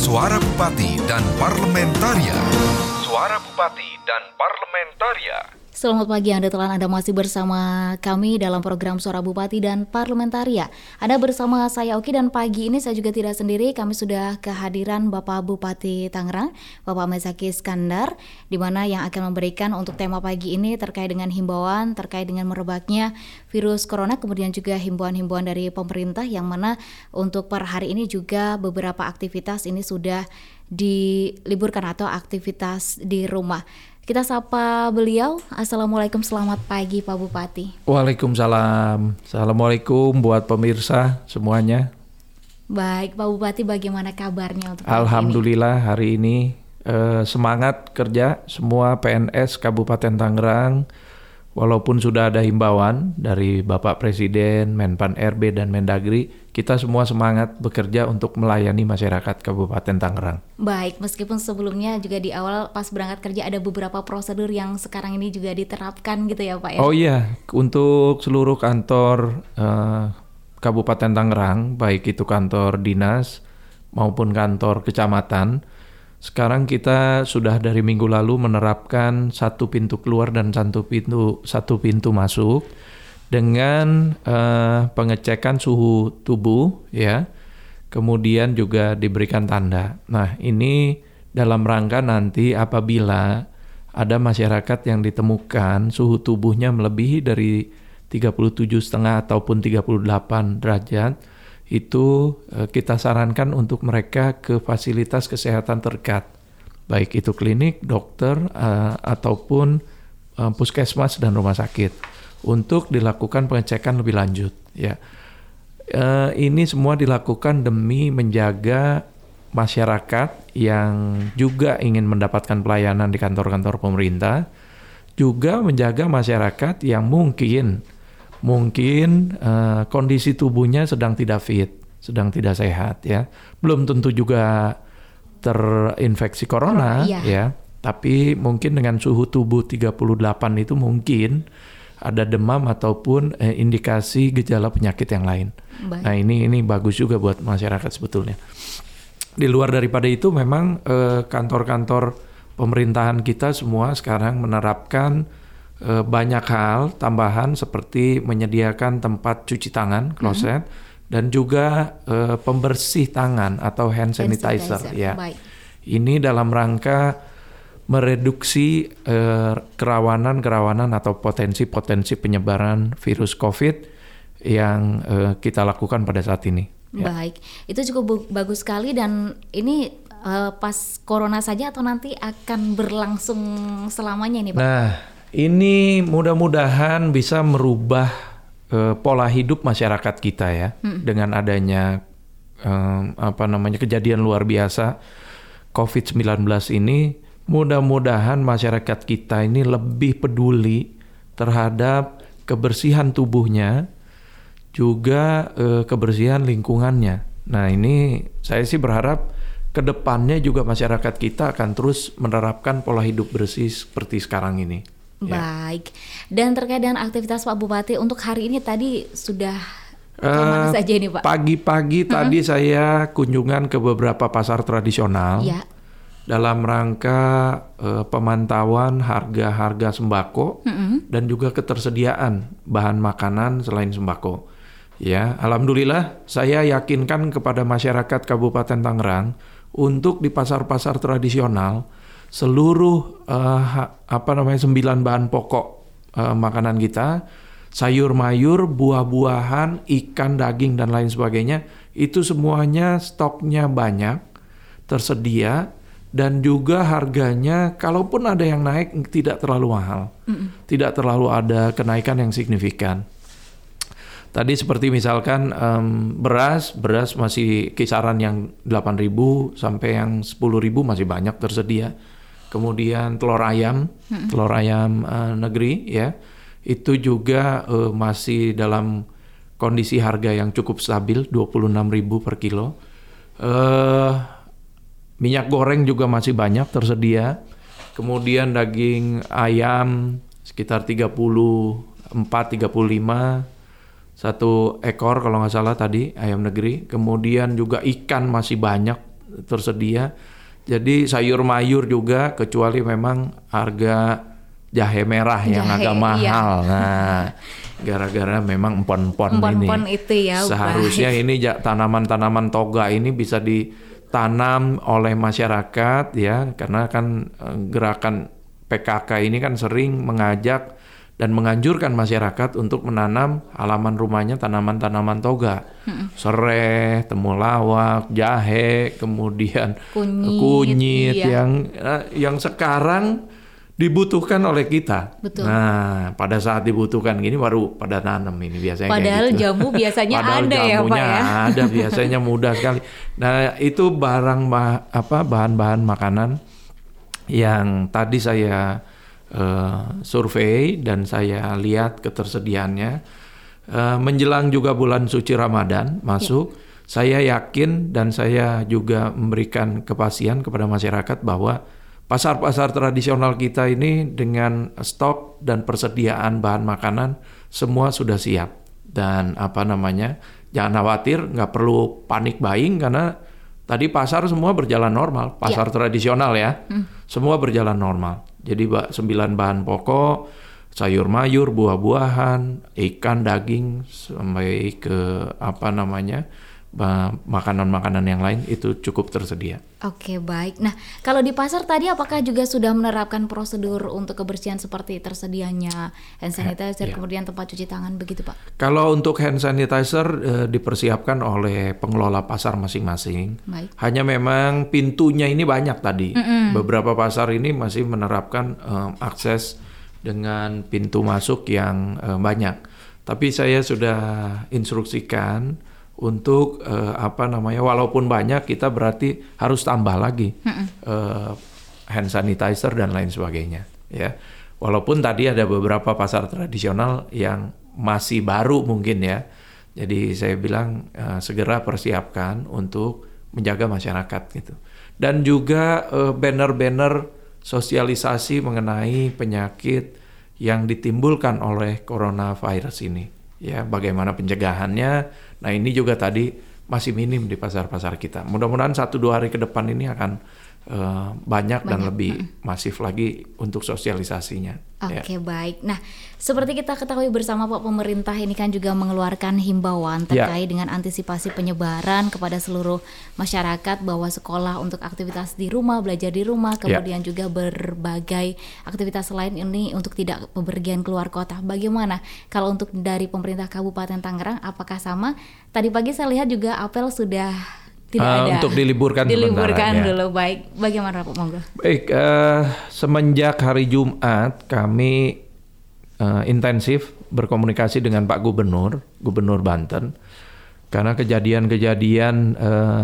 Suara Bupati dan Parlementaria. Suara Bupati dan Parlementaria. Selamat pagi Anda masih bersama kami dalam program Suara Bupati dan Parlementaria. Anda bersama saya Oki dan pagi ini saya juga tidak sendiri. Kami sudah kehadiran Bapak Bupati Tangerang, Bapak Mezaki Iskandar, di mana yang akan memberikan untuk tema pagi ini terkait dengan himbauan, terkait dengan merebaknya virus corona, kemudian juga himbauan-himbauan dari pemerintah yang mana untuk per hari ini juga beberapa aktivitas ini sudah diliburkan atau aktivitas di rumah. Kita sapa beliau. Assalamualaikum, selamat pagi Pak Bupati. Waalaikumsalam. Assalamualaikum buat pemirsa semuanya. Baik Pak Bupati, bagaimana kabarnya untuk Alhamdulillah hari ini semangat kerja semua PNS Kabupaten Tangerang. Walaupun sudah ada himbauan dari Bapak Presiden, Menpan RB dan Mendagri, kita semua semangat bekerja untuk melayani masyarakat Kabupaten Tangerang. Baik, meskipun sebelumnya juga di awal pas berangkat kerja ada beberapa prosedur yang sekarang ini juga diterapkan gitu ya Pak ya? Oh iya, untuk seluruh kantor Kabupaten Tangerang, baik itu kantor dinas maupun kantor kecamatan, sekarang kita sudah dari minggu lalu menerapkan satu pintu keluar dan satu pintu masuk dengan pengecekan suhu tubuh ya. Kemudian juga diberikan tanda. Nah, ini dalam rangka nanti apabila ada masyarakat yang ditemukan suhu tubuhnya melebihi dari 37,5 ataupun 38 derajat, itu kita sarankan untuk mereka ke fasilitas kesehatan terdekat, baik itu klinik, dokter, ataupun puskesmas dan rumah sakit untuk dilakukan pengecekan lebih lanjut. Ya, ini semua dilakukan demi menjaga masyarakat yang juga ingin mendapatkan pelayanan di kantor-kantor pemerintah, juga menjaga masyarakat yang mungkin kondisi tubuhnya sedang tidak fit, sedang tidak sehat ya. Belum tentu juga terinfeksi corona ya, tapi mungkin dengan suhu tubuh 38 itu mungkin ada demam ataupun indikasi gejala penyakit yang lain. Baik. Nah, ini bagus juga buat masyarakat sebetulnya. Di luar daripada itu memang kantor-kantor pemerintahan kita semua sekarang menerapkan banyak hal tambahan seperti menyediakan tempat cuci tangan, kloset, dan juga pembersih tangan atau hand sanitizer. Ya. Baik. Ini dalam rangka mereduksi kerawanan atau potensi penyebaran virus COVID yang kita lakukan pada saat ini. Ya. Baik, itu cukup bagus sekali dan ini pas corona saja atau nanti akan berlangsung selamanya ini Pak? Nah, ini mudah-mudahan bisa merubah pola hidup masyarakat kita ya, dengan adanya kejadian luar biasa COVID-19 ini. Mudah-mudahan masyarakat kita ini lebih peduli terhadap kebersihan tubuhnya, juga kebersihan lingkungannya. Nah, ini saya sih berharap ke depannya juga masyarakat kita akan terus menerapkan pola hidup bersih seperti sekarang ini. Baik, dan terkait dengan aktivitas Pak Bupati untuk hari ini tadi sudah kemana saja ini Pak? Pagi-pagi tadi saya kunjungan ke beberapa pasar tradisional dalam rangka pemantauan harga-harga sembako dan juga ketersediaan bahan makanan selain sembako. Ya, alhamdulillah saya yakinkan kepada masyarakat Kabupaten Tangerang untuk di pasar-pasar tradisional seluruh 9 bahan pokok makanan kita, sayur mayur, buah-buahan, ikan, daging dan lain sebagainya, itu semuanya stoknya banyak, tersedia, dan juga harganya kalaupun ada yang naik tidak terlalu mahal. Tidak terlalu ada kenaikan yang signifikan. Tadi seperti misalkan beras masih kisaran yang 8.000 sampai yang 10.000 masih banyak tersedia. Kemudian telur ayam negeri ya, itu juga masih dalam kondisi harga yang cukup stabil, 26.000 per kilo. Minyak goreng juga masih banyak tersedia. Kemudian daging ayam sekitar 34-35 satu ekor kalau nggak salah tadi ayam negeri. Kemudian juga ikan masih banyak tersedia. Jadi sayur mayur juga, kecuali memang harga jahe merah yang agak mahal. Iya. Nah, gara-gara memang empon-empon ini. Itu ya. Seharusnya ini tanaman-tanaman toga ini bisa ditanam oleh masyarakat ya, karena kan gerakan PKK ini kan sering mengajak dan menganjurkan masyarakat untuk menanam halaman rumahnya tanaman-tanaman toga. Serai, temulawak, jahe, kemudian kunyit iya. yang sekarang dibutuhkan oleh kita. Betul. Nah, pada saat dibutuhkan gini baru pada nanam ini biasanya. Padahal gitu. Jamu biasanya ada ya Pak ya. Ada biasanya mudah sekali. Nah, itu bahan-bahan makanan yang tadi saya survei dan saya lihat ketersediaannya menjelang juga bulan suci Ramadan masuk. Saya yakin dan saya juga memberikan kepastian kepada masyarakat bahwa pasar-pasar tradisional kita ini dengan stok dan persediaan bahan makanan semua sudah siap. Dan jangan khawatir, nggak perlu panik buying karena tadi pasar semua berjalan normal, pasar tradisional ya, semua berjalan normal. Jadi 9 bahan pokok, sayur mayur, buah-buahan, ikan, daging, sampai ke makanan-makanan yang lain itu cukup tersedia. Oke, baik. Nah, kalau di pasar tadi apakah juga sudah menerapkan prosedur untuk kebersihan seperti tersedianya hand sanitizer, kemudian tempat cuci tangan begitu Pak? Kalau untuk hand sanitizer dipersiapkan oleh pengelola pasar masing-masing. Baik. Hanya memang pintunya ini banyak tadi. Beberapa pasar ini masih menerapkan akses dengan pintu masuk yang banyak. Tapi saya sudah instruksikan untuk walaupun banyak kita berarti harus tambah lagi hand sanitizer dan lain sebagainya ya. Walaupun tadi ada beberapa pasar tradisional yang masih baru mungkin ya. Jadi saya bilang segera persiapkan untuk menjaga masyarakat gitu. Dan juga banner-banner sosialisasi mengenai penyakit yang ditimbulkan oleh coronavirus ini. Ya, bagaimana pencegahannya. Nah, ini juga tadi masih minim di pasar-pasar kita. Mudah-mudahan 1-2 hari ke depan ini akan banyak dan lebih masif lagi untuk sosialisasinya. Oke, baik. Nah, seperti kita ketahui bersama Pak, pemerintah ini kan juga mengeluarkan himbauan terkait dengan antisipasi penyebaran kepada seluruh masyarakat bahwa sekolah untuk aktivitas di rumah, belajar di rumah, kemudian juga berbagai aktivitas lain ini untuk tidak bepergian keluar kota. Bagaimana kalau untuk dari pemerintah Kabupaten Tangerang, apakah sama? Tadi pagi saya lihat juga apel sudah tidak ada. Untuk diliburkan dulu. Baik, bagaimana Pak Monggo? Baik, semenjak hari Jumat kami intensif berkomunikasi dengan Pak Gubernur Banten, karena kejadian-kejadian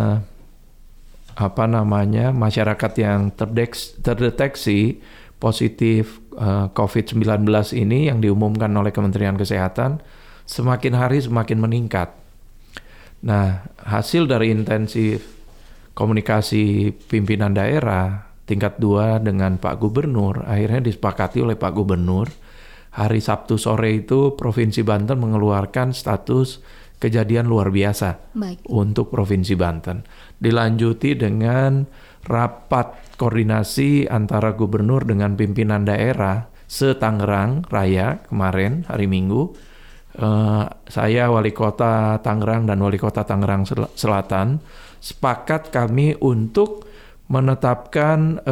masyarakat yang terdeteksi positif COVID-19 ini yang diumumkan oleh Kementerian Kesehatan semakin hari semakin meningkat. Nah, hasil dari intensif komunikasi pimpinan daerah tingkat 2 dengan Pak Gubernur, akhirnya disepakati oleh Pak Gubernur, hari Sabtu sore itu Provinsi Banten mengeluarkan status kejadian luar biasa untuk Provinsi Banten. Dilanjuti dengan rapat koordinasi antara Gubernur dengan pimpinan daerah se-Tangerang Raya kemarin, hari Minggu. Saya Wali Kota Tangerang dan Wali Kota Tangerang Selatan sepakat kami untuk menetapkan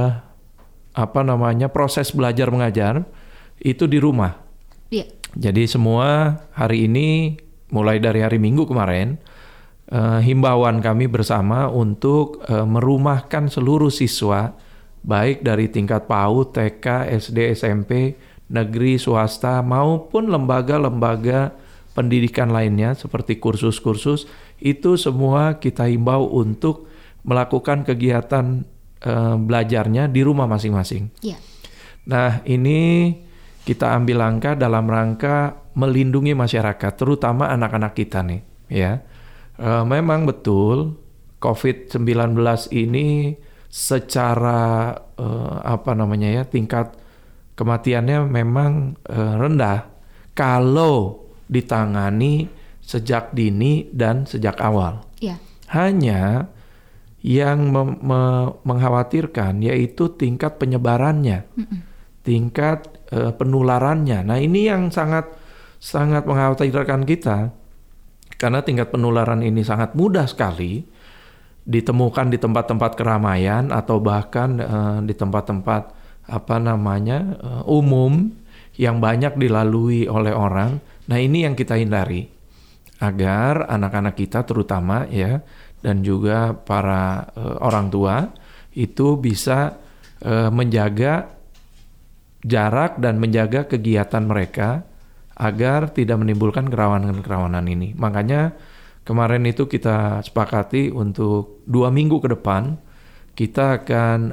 proses belajar mengajar itu di rumah. Jadi semua hari ini mulai dari hari Minggu kemarin himbauan kami bersama untuk merumahkan seluruh siswa baik dari tingkat PAUD, TK, SD, SMP, negeri, swasta, maupun lembaga-lembaga pendidikan lainnya seperti kursus-kursus, itu semua kita himbau untuk melakukan kegiatan belajarnya di rumah masing-masing. Nah, ini kita ambil langkah dalam rangka melindungi masyarakat, terutama anak-anak kita nih. Ya, memang betul COVID-19 ini secara tingkat kematiannya memang rendah kalau ditangani sejak dini dan sejak awal. Hanya yang mengkhawatirkan yaitu tingkat penyebarannya, tingkat penularannya. Nah, ini yang sangat mengkhawatirkan kita, karena tingkat penularan ini sangat mudah sekali ditemukan di tempat-tempat keramaian atau bahkan di tempat-tempat umum yang banyak dilalui oleh orang. Nah, ini yang kita hindari agar anak-anak kita terutama ya, dan juga para orang tua itu bisa menjaga jarak dan menjaga kegiatan mereka agar tidak menimbulkan kerawanan-kerawanan ini. Makanya kemarin itu kita sepakati untuk 2 minggu ke depan kita akan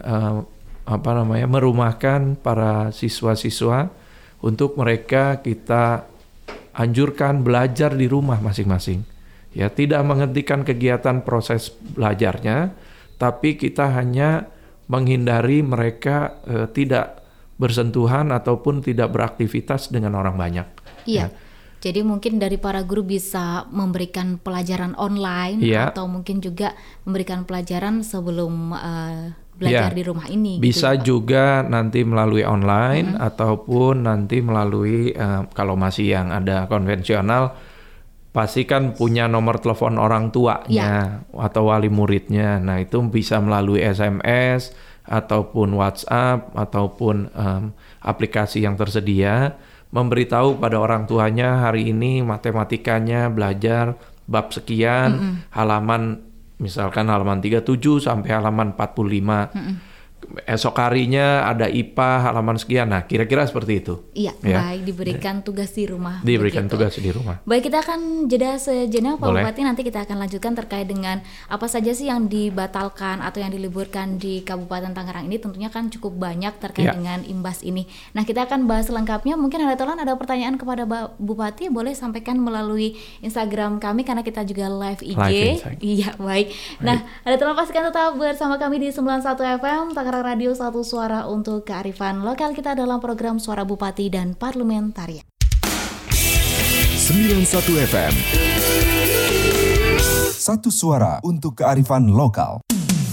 merumahkan para siswa-siswa untuk mereka kita anjurkan belajar di rumah masing-masing. Ya, tidak menghentikan kegiatan proses belajarnya, tapi kita hanya menghindari mereka tidak bersentuhan ataupun tidak beraktivitas dengan orang banyak. Iya. Ya. Jadi mungkin dari para guru bisa memberikan pelajaran online atau mungkin juga memberikan pelajaran sebelum belajar di rumah ini. Bisa gitu, juga nanti melalui online ataupun nanti melalui kalau masih yang ada konvensional, pastikan punya nomor telepon orang tuanya atau wali muridnya. Nah, itu bisa melalui SMS ataupun WhatsApp ataupun aplikasi yang tersedia, memberitahu pada orang tuanya hari ini matematikanya belajar bab sekian, halaman misalkan halaman 37 sampai halaman 45. Esok harinya ada IPA halaman sekian. Nah, kira-kira seperti itu. Iya, baik, diberikan tugas di rumah. Diberikan tugas di rumah. Baik, kita akan jeda sejenak Pak Bupati, nanti kita akan lanjutkan terkait dengan apa saja sih yang dibatalkan atau yang diliburkan di Kabupaten Tangerang ini. Tentunya kan cukup banyak terkait dengan imbas ini. Nah, kita akan bahas lengkapnya. Mungkin ada pertanyaan kepada Bupati, boleh sampaikan melalui Instagram kami karena kita juga live IG. Iya, baik. Nah, ada pastikan tetap bersama kami di 91 FM Tangerang Radio, satu suara untuk kearifan lokal kita dalam program Suara Bupati dan Parlementarian. 91 FM, satu suara untuk kearifan lokal.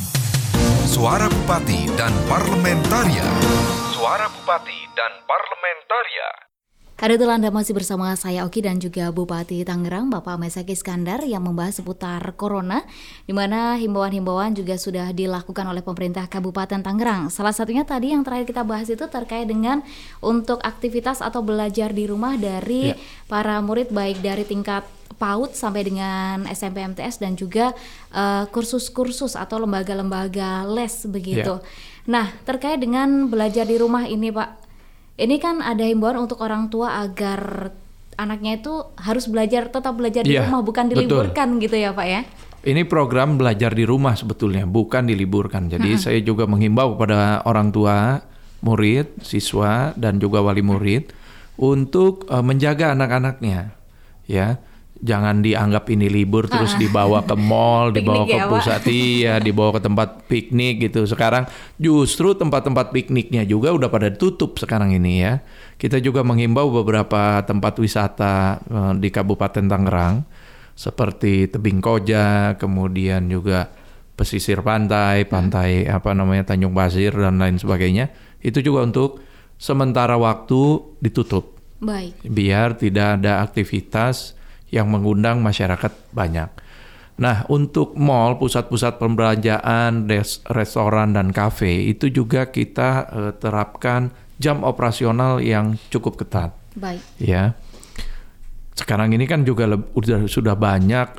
Suara Bupati dan Parlementarian. Suara Bupati dan Parlementarian. Hari itu Anda masih bersama saya Oki dan juga Bupati Tangerang Bapak Mesaki Iskandar yang membahas seputar Corona, di mana himbauan-himbauan juga sudah dilakukan oleh pemerintah Kabupaten Tangerang. Salah satunya tadi yang terakhir kita bahas itu terkait dengan untuk aktivitas atau belajar di rumah dari para murid baik dari tingkat PAUD sampai dengan SMP MTS dan juga kursus-kursus atau lembaga-lembaga les begitu. Nah, terkait dengan belajar di rumah ini Pak, ini kan ada himbauan untuk orang tua agar anaknya itu harus tetap belajar di rumah, bukan diliburkan gitu ya Pak ya? Ini program belajar di rumah sebetulnya, bukan diliburkan. Jadi saya juga menghimbau kepada orang tua, murid, siswa, dan juga wali murid untuk menjaga anak-anaknya. Ya, jangan dianggap ini libur terus dibawa ke mall, dibawa ke pusat, dibawa ke tempat piknik gitu. Sekarang justru tempat-tempat pikniknya juga udah pada tutup sekarang ini ya. Kita juga menghimbau beberapa tempat wisata di Kabupaten Tangerang seperti Tebing Koja, kemudian juga pesisir pantai Tanjung Pasir dan lain sebagainya. Itu juga untuk sementara waktu ditutup. Baik. Biar tidak ada aktivitas yang mengundang masyarakat banyak. Nah, untuk mall, pusat-pusat perbelanjaan, restoran dan kafe itu juga kita terapkan jam operasional yang cukup ketat. Baik. Ya. Sekarang ini kan juga sudah banyak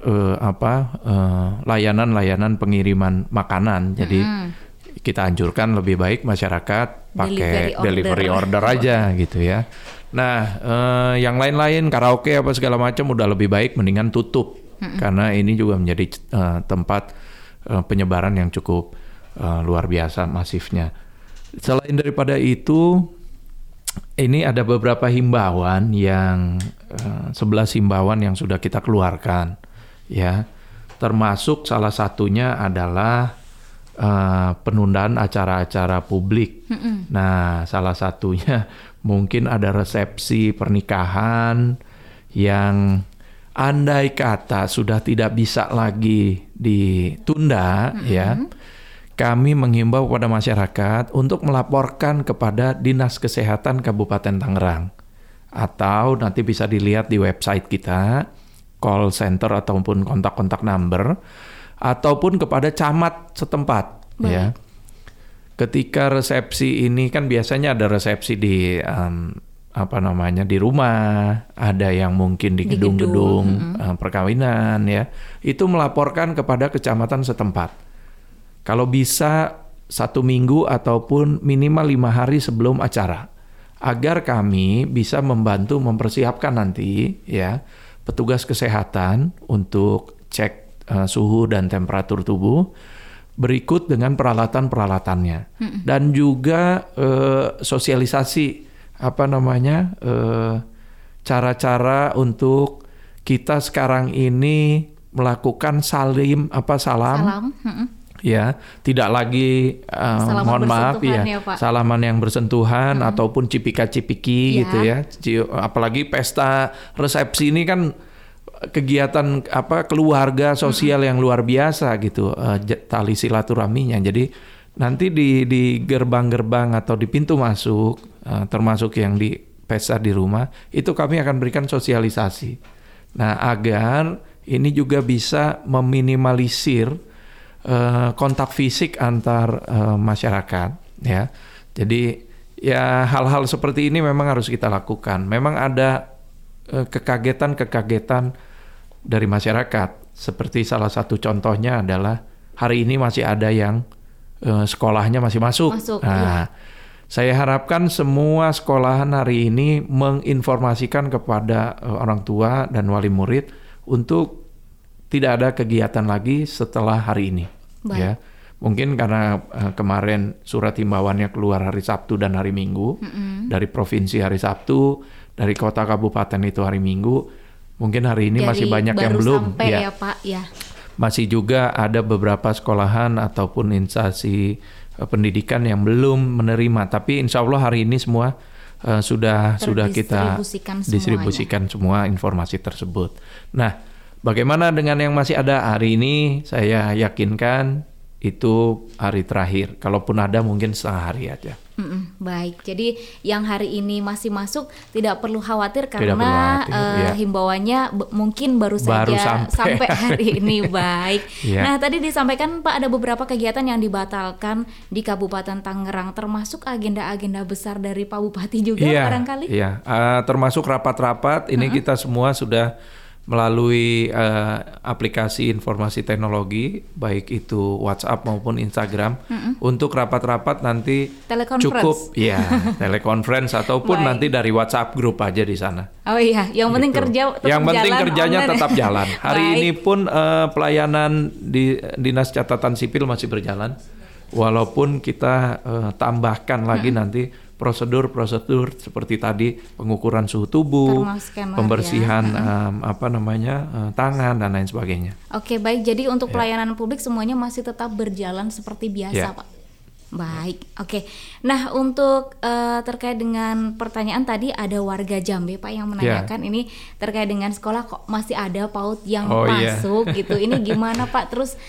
layanan-layanan pengiriman makanan. Jadi kita anjurkan lebih baik masyarakat pakai delivery order aja gitu ya. Nah, yang lain-lain karaoke apa segala macam udah lebih baik mendingan tutup karena ini juga menjadi tempat penyebaran yang cukup luar biasa masifnya. Selain daripada itu, ini ada beberapa himbauan yang 11 himbauan yang sudah kita keluarkan ya. Termasuk salah satunya adalah penundaan acara-acara publik. Nah, salah satunya mungkin ada resepsi pernikahan yang andai kata sudah tidak bisa lagi ditunda, ya, kami menghimbau kepada masyarakat untuk melaporkan kepada Dinas Kesehatan Kabupaten Tangerang. Atau nanti bisa dilihat di website kita, call center ataupun kontak-kontak number, ataupun kepada camat setempat. Ya. Ketika resepsi ini kan biasanya ada resepsi di di rumah, ada yang mungkin di gedung-gedung perkawinan, ya. Itu melaporkan kepada kecamatan setempat. Kalau bisa 1 minggu ataupun minimal 5 hari sebelum acara, agar kami bisa membantu mempersiapkan nanti, ya, petugas kesehatan untuk cek suhu dan temperatur tubuh, berikut dengan peralatan-peralatannya, dan juga sosialisasi cara-cara untuk kita sekarang ini melakukan salam, ya, tidak lagi mohon maaf ya, salaman yang bersentuhan ataupun cipika-cipiki gitu ya. Apalagi pesta resepsi ini kan kegiatan keluarga sosial yang luar biasa gitu, tali silaturahminya. Jadi nanti di gerbang-gerbang atau di pintu masuk, termasuk yang di pesta di rumah, itu kami akan berikan sosialisasi. Nah, agar ini juga bisa meminimalisir kontak fisik antar masyarakat, ya. Jadi ya hal-hal seperti ini memang harus kita lakukan. Memang ada kekagetan dari masyarakat. Seperti salah satu contohnya adalah hari ini masih ada yang sekolahnya masih masuk. Nah, saya harapkan semua sekolahan hari ini menginformasikan kepada orang tua dan wali murid untuk tidak ada kegiatan lagi setelah hari ini. Ya, mungkin karena kemarin surat himbauannya keluar hari Sabtu dan hari Minggu, dari provinsi hari Sabtu, dari kota kabupaten itu hari Minggu. Mungkin hari ini masih banyak yang belum, ya Pak, ya. Masih juga ada beberapa sekolahan ataupun instansi pendidikan yang belum menerima. Tapi insya Allah hari ini semua sudah kita distribusikan semua informasi tersebut. Nah, bagaimana dengan yang masih ada hari ini? Saya yakinkan itu hari terakhir. Kalaupun ada mungkin setengah hari aja. Baik, jadi yang hari ini masih masuk tidak perlu khawatir karena himbauannya mungkin baru saja sampai hari ini. Baik. Nah, tadi disampaikan Pak ada beberapa kegiatan yang dibatalkan di Kabupaten Tangerang, termasuk agenda-agenda besar dari Pak Bupati juga barangkali. Iya, termasuk rapat-rapat. Ini kita semua sudah melalui aplikasi informasi teknologi, baik itu WhatsApp maupun Instagram, untuk rapat-rapat nanti cukup telekonferensi ataupun nanti dari WhatsApp grup aja di sana. Oh iya, yang penting kerja tetap yang penting jalan kerjanya online. Tetap jalan. Hari ini pun pelayanan di Dinas Catatan Sipil masih berjalan, walaupun kita tambahkan lagi nanti prosedur seperti tadi pengukuran suhu tubuh, pembersihan tangan dan lain sebagainya. Oke, baik. Jadi untuk pelayanan publik semuanya masih tetap berjalan seperti biasa, Pak. Baik, oke. Nah, untuk terkait dengan pertanyaan tadi ada warga Jambe Pak yang menanyakan ini terkait dengan sekolah kok masih ada PAUD yang masuk gitu. Ini gimana Pak? Terus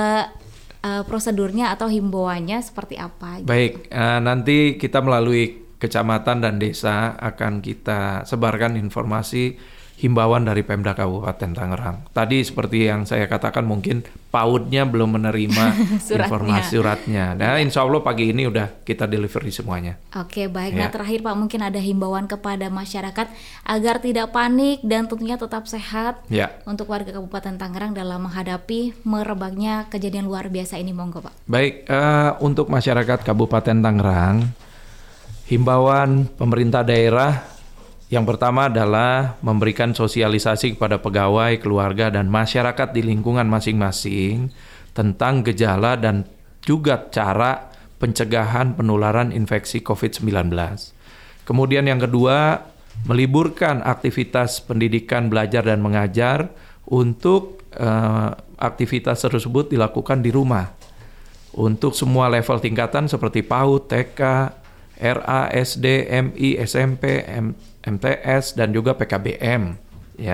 prosedurnya atau himbauannya seperti apa? Baik, nanti kita melalui kecamatan dan desa akan kita sebarkan informasi himbauan dari Pemda Kabupaten Tangerang. Tadi seperti yang saya katakan mungkin PAUD-nya belum menerima informasi suratnya. Nah, insya Allah pagi ini udah kita delivery semuanya. Oke, baik. Nah, terakhir Pak, mungkin ada himbauan kepada masyarakat agar tidak panik dan tentunya tetap sehat untuk warga Kabupaten Tangerang dalam menghadapi merebaknya kejadian luar biasa ini, monggo Pak. Baik, untuk masyarakat Kabupaten Tangerang, himbauan pemerintah daerah yang pertama adalah memberikan sosialisasi kepada pegawai, keluarga, dan masyarakat di lingkungan masing-masing tentang gejala dan juga cara pencegahan penularan infeksi COVID-19. Kemudian yang kedua, meliburkan aktivitas pendidikan, belajar, dan mengajar untuk aktivitas tersebut dilakukan di rumah. Untuk semua level tingkatan seperti PAUD, TK, RA, SD, MI, SMP, MTS dan juga PKBM ya.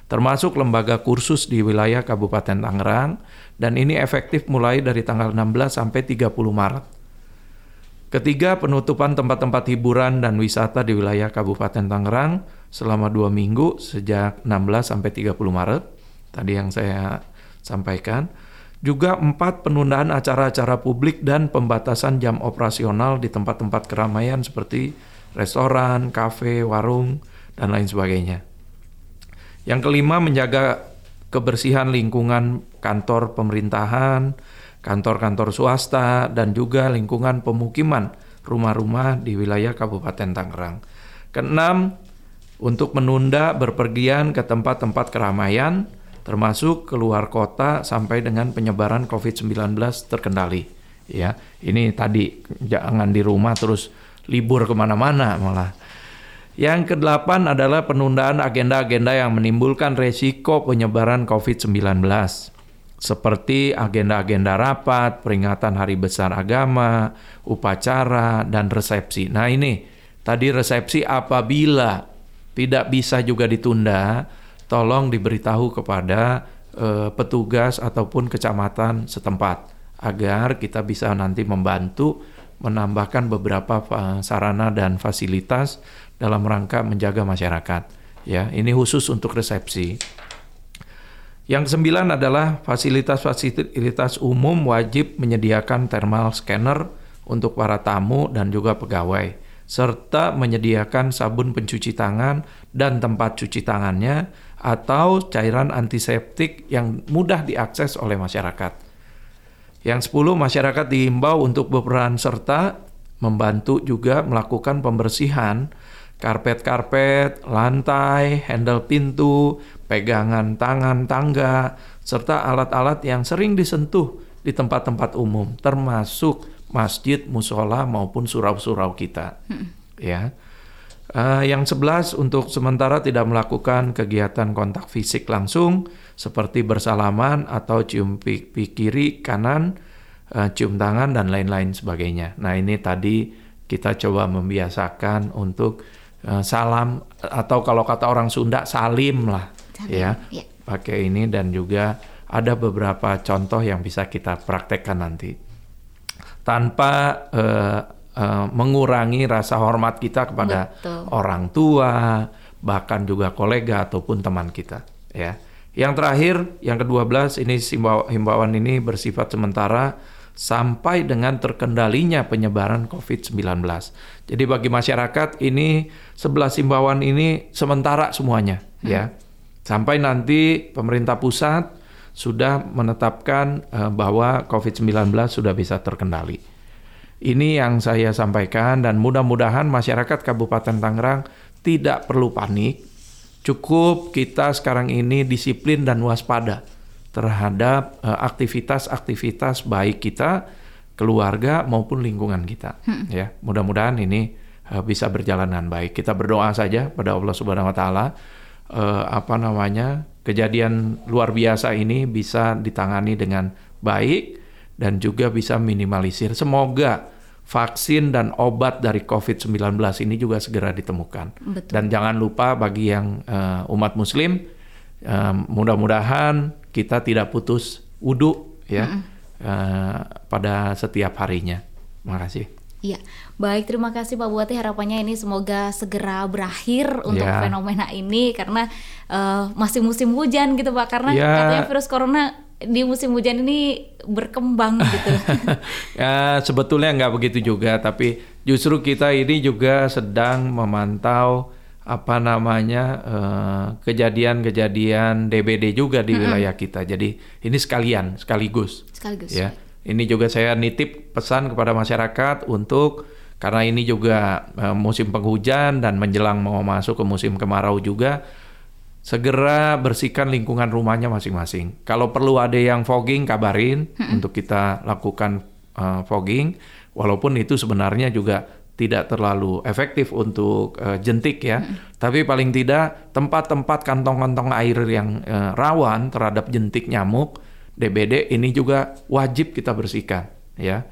termasuk lembaga kursus di wilayah Kabupaten Tangerang, dan ini efektif mulai dari tanggal 16 sampai 30 Maret. Ketiga, penutupan tempat-tempat hiburan dan wisata di wilayah Kabupaten Tangerang selama 2 minggu sejak 16 sampai 30 Maret, tadi yang saya sampaikan. Juga 4, penundaan acara-acara publik dan pembatasan jam operasional di tempat-tempat keramaian seperti restoran, kafe, warung, dan lain sebagainya. Yang kelima, menjaga kebersihan lingkungan kantor pemerintahan, kantor-kantor swasta, dan juga lingkungan pemukiman, rumah-rumah di wilayah Kabupaten Tangerang. Keenam, untuk menunda berpergian ke tempat-tempat keramaian, termasuk keluar kota sampai dengan penyebaran COVID-19 terkendali. Ya, ini tadi jangan di rumah terus libur kemana-mana malah. Yang ke-8 adalah penundaan agenda-agenda yang menimbulkan resiko penyebaran COVID-19. Seperti agenda-agenda rapat, peringatan hari besar agama, upacara, dan resepsi. Nah ini, tadi resepsi apabila tidak bisa juga ditunda, tolong diberitahu kepada petugas ataupun kecamatan setempat, agar kita bisa nanti membantu menambahkan beberapa sarana dan fasilitas dalam rangka menjaga masyarakat. Ya, ini khusus untuk resepsi. Yang ke-9 adalah fasilitas-fasilitas umum wajib menyediakan thermal scanner untuk para tamu dan juga pegawai, serta menyediakan sabun pencuci tangan dan tempat cuci tangannya atau cairan antiseptik yang mudah diakses oleh masyarakat. Yang 10, masyarakat diimbau untuk berperan serta membantu juga melakukan pembersihan karpet-karpet, lantai, handle pintu, pegangan tangan tangga, serta alat-alat yang sering disentuh di tempat-tempat umum, termasuk masjid, musola maupun surau-surau kita. Ya. Yang 11, untuk sementara tidak melakukan kegiatan kontak fisik langsung seperti bersalaman atau cium pipi kiri, kanan, cium tangan, dan lain-lain sebagainya. Nah ini tadi kita coba membiasakan untuk salam, atau kalau kata orang Sunda salim lah, ya. Pakai ini, dan juga ada beberapa contoh yang bisa kita praktekkan nanti tanpa mengurangi rasa hormat kita kepada orang tua, bahkan juga kolega ataupun teman kita. Ya. Yang terakhir, yang ke-12, ini himbauan ini bersifat sementara sampai dengan terkendalinya penyebaran COVID-19. Jadi bagi masyarakat ini 11 himbauan ini sementara semuanya, ya. Sampai nanti pemerintah pusat sudah menetapkan bahwa COVID-19 sudah bisa terkendali. Ini yang saya sampaikan, dan mudah-mudahan masyarakat Kabupaten Tangerang tidak perlu panik. Cukup kita sekarang ini disiplin dan waspada terhadap aktivitas-aktivitas baik kita, keluarga maupun lingkungan kita. Ya, mudah-mudahan ini bisa berjalan dengan baik. Kita berdoa saja pada Allah Subhanahu Wa Taala, kejadian luar biasa ini bisa ditangani dengan baik dan juga bisa minimalisir. Semoga vaksin dan obat dari COVID-19 ini juga segera ditemukan. Betul. Dan jangan lupa bagi yang umat Muslim, mudah-mudahan kita tidak putus wudu ya pada setiap harinya. Terima kasih. Iya, baik, terima kasih Pak Bupati. Harapannya ini semoga segera berakhir untuk fenomena ini, karena masih musim hujan gitu Pak. Karena katanya virus corona di musim hujan ini berkembang gitu. Ya, sebetulnya nggak begitu juga, tapi justru kita ini juga sedang memantau kejadian-kejadian DBD juga di wilayah kita. Jadi ini sekaligus. Ya. Ini juga saya nitip pesan kepada masyarakat untuk, karena ini juga musim penghujan dan menjelang mau masuk ke musim kemarau juga, segera bersihkan lingkungan rumahnya masing-masing. Kalau perlu ada yang fogging, kabarin untuk kita lakukan fogging, walaupun itu sebenarnya juga tidak terlalu efektif untuk jentik ya. Tapi paling tidak tempat-tempat kantong-kantong air yang rawan terhadap jentik nyamuk, DBD, ini juga wajib kita bersihkan ya.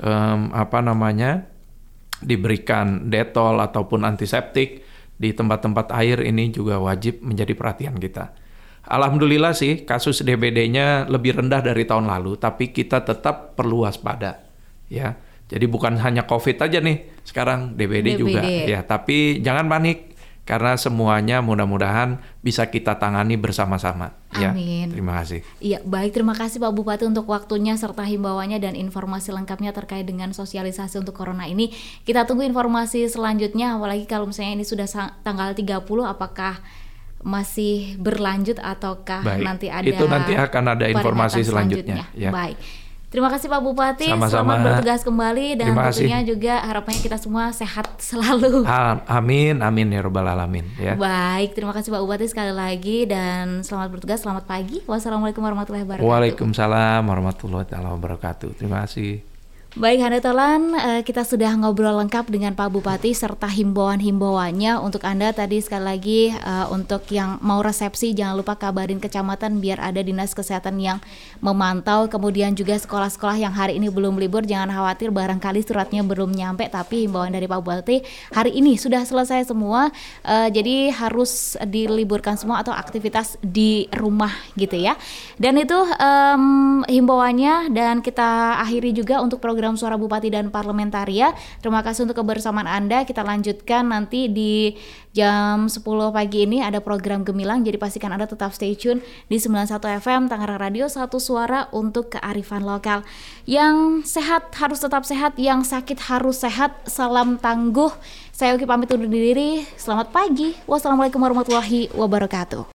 Diberikan Dettol ataupun antiseptik di tempat-tempat air, ini juga wajib menjadi perhatian kita. Alhamdulillah sih kasus DBD-nya lebih rendah dari tahun lalu, tapi kita tetap perlu waspada, ya. Jadi bukan hanya COVID aja nih, sekarang DBD juga, ya. Tapi jangan panik, karena semuanya mudah-mudahan bisa kita tangani bersama-sama. Amin. Ya, terima kasih. Iya, baik, terima kasih Pak Bupati untuk waktunya serta himbauannya dan informasi lengkapnya terkait dengan sosialisasi untuk corona ini. Kita tunggu informasi selanjutnya, apalagi kalau misalnya ini sudah tanggal 30, apakah masih berlanjut ataukah nanti ada? Itu nanti akan ada informasi selanjutnya. Ya. Baik. Terima kasih Pak Bupati, sama-sama. Selamat bertugas kembali dan tentunya juga harapannya kita semua sehat selalu. Amin, amin ya Rabbal Alamin. Ya. Baik, terima kasih Pak Bupati sekali lagi dan selamat bertugas, selamat pagi. Wassalamualaikum warahmatullahi wabarakatuh. Waalaikumsalam warahmatullahi wabarakatuh. Terima kasih. Baik, Handetolan, kita sudah ngobrol lengkap dengan Pak Bupati serta himbauan-himbauannya untuk Anda tadi sekali lagi untuk yang mau resepsi jangan lupa kabarin kecamatan biar ada dinas kesehatan yang memantau, kemudian juga sekolah-sekolah yang hari ini belum libur jangan khawatir barangkali suratnya belum nyampe, tapi himbauan dari Pak Bupati hari ini sudah selesai semua, jadi harus diliburkan semua atau aktivitas di rumah gitu ya. Dan itu himbauannya dan kita akhiri juga untuk program Suara Bupati dan Parlementaria. Terima kasih untuk kebersamaan Anda. Kita lanjutkan nanti di jam 10 pagi ini ada program Gemilang. Jadi pastikan Anda tetap stay tune di 91 FM Tangerang Radio, satu suara untuk kearifan lokal. Yang sehat harus tetap sehat, yang sakit harus sehat. Salam tangguh. Saya Uki pamit undur diri. Selamat pagi. Wassalamualaikum warahmatullahi wabarakatuh.